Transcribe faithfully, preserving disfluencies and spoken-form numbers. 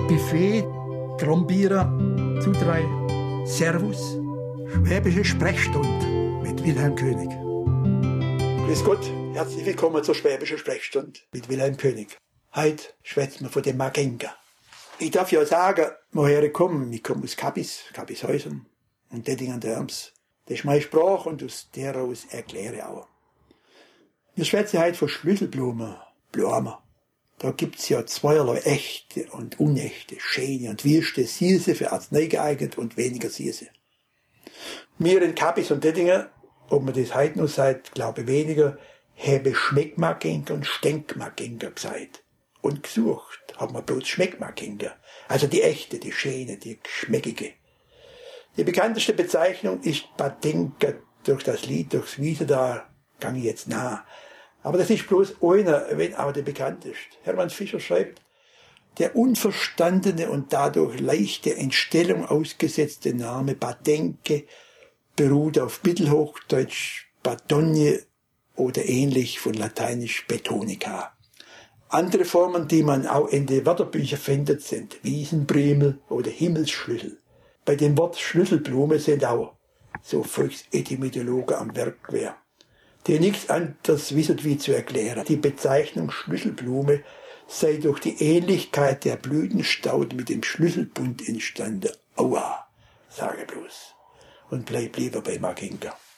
Buffet, Trombierer, zu drei, Servus. Schwäbische Sprechstunde mit Wilhelm König. Grüß Gott, herzlich willkommen zur Schwäbischen Sprechstunde mit Wilhelm König. Heute schwätzen wir von dem Magenga. Ich darf ja sagen, woher ich komme. Ich komme aus Kabis, Kabishäusern und Dettingen der Erms. Das ist meine Sprache und aus der aus erkläre ich auch. Wir schwätzen heute von Schlüsselblumen, Blumen. Da gibt's ja zweierlei echte und unechte, schöne und wüste, süße für Arznei geeignet und weniger süße. Wir in Kabis und Dettingen, ob man das heute noch sagt, glaube ich weniger, haben Schmeckmagenga und Stenkmagenga gesagt. Und gesucht haben wir bloß Schmeckmagenga. Also die echte, die schöne, die geschmeckige. Die bekannteste Bezeichnung ist Badenka. Durch das Lied, durchs Wiese, da gang ich jetzt nah. Aber das ist bloß einer, wenn auch der bekannteste. Hermann Fischer schreibt, der unverstandene und dadurch leichte Entstellung ausgesetzte Name Badenke beruht auf Mittelhochdeutsch Badogne oder ähnlich von Lateinisch Betonica. Andere Formen, die man auch in den Wörterbüchern findet, sind Wiesenbremel oder Himmelsschlüssel. Bei dem Wort Schlüsselblume sind auch so Volksetymologen am Werk gewesen, die nichts anderes wissen wie zu erklären. Die Bezeichnung Schlüsselblume sei durch die Ähnlichkeit der Blütenstauden mit dem Schlüsselbund entstanden. Aua, sage bloß. Und bleib lieber bei Magenga.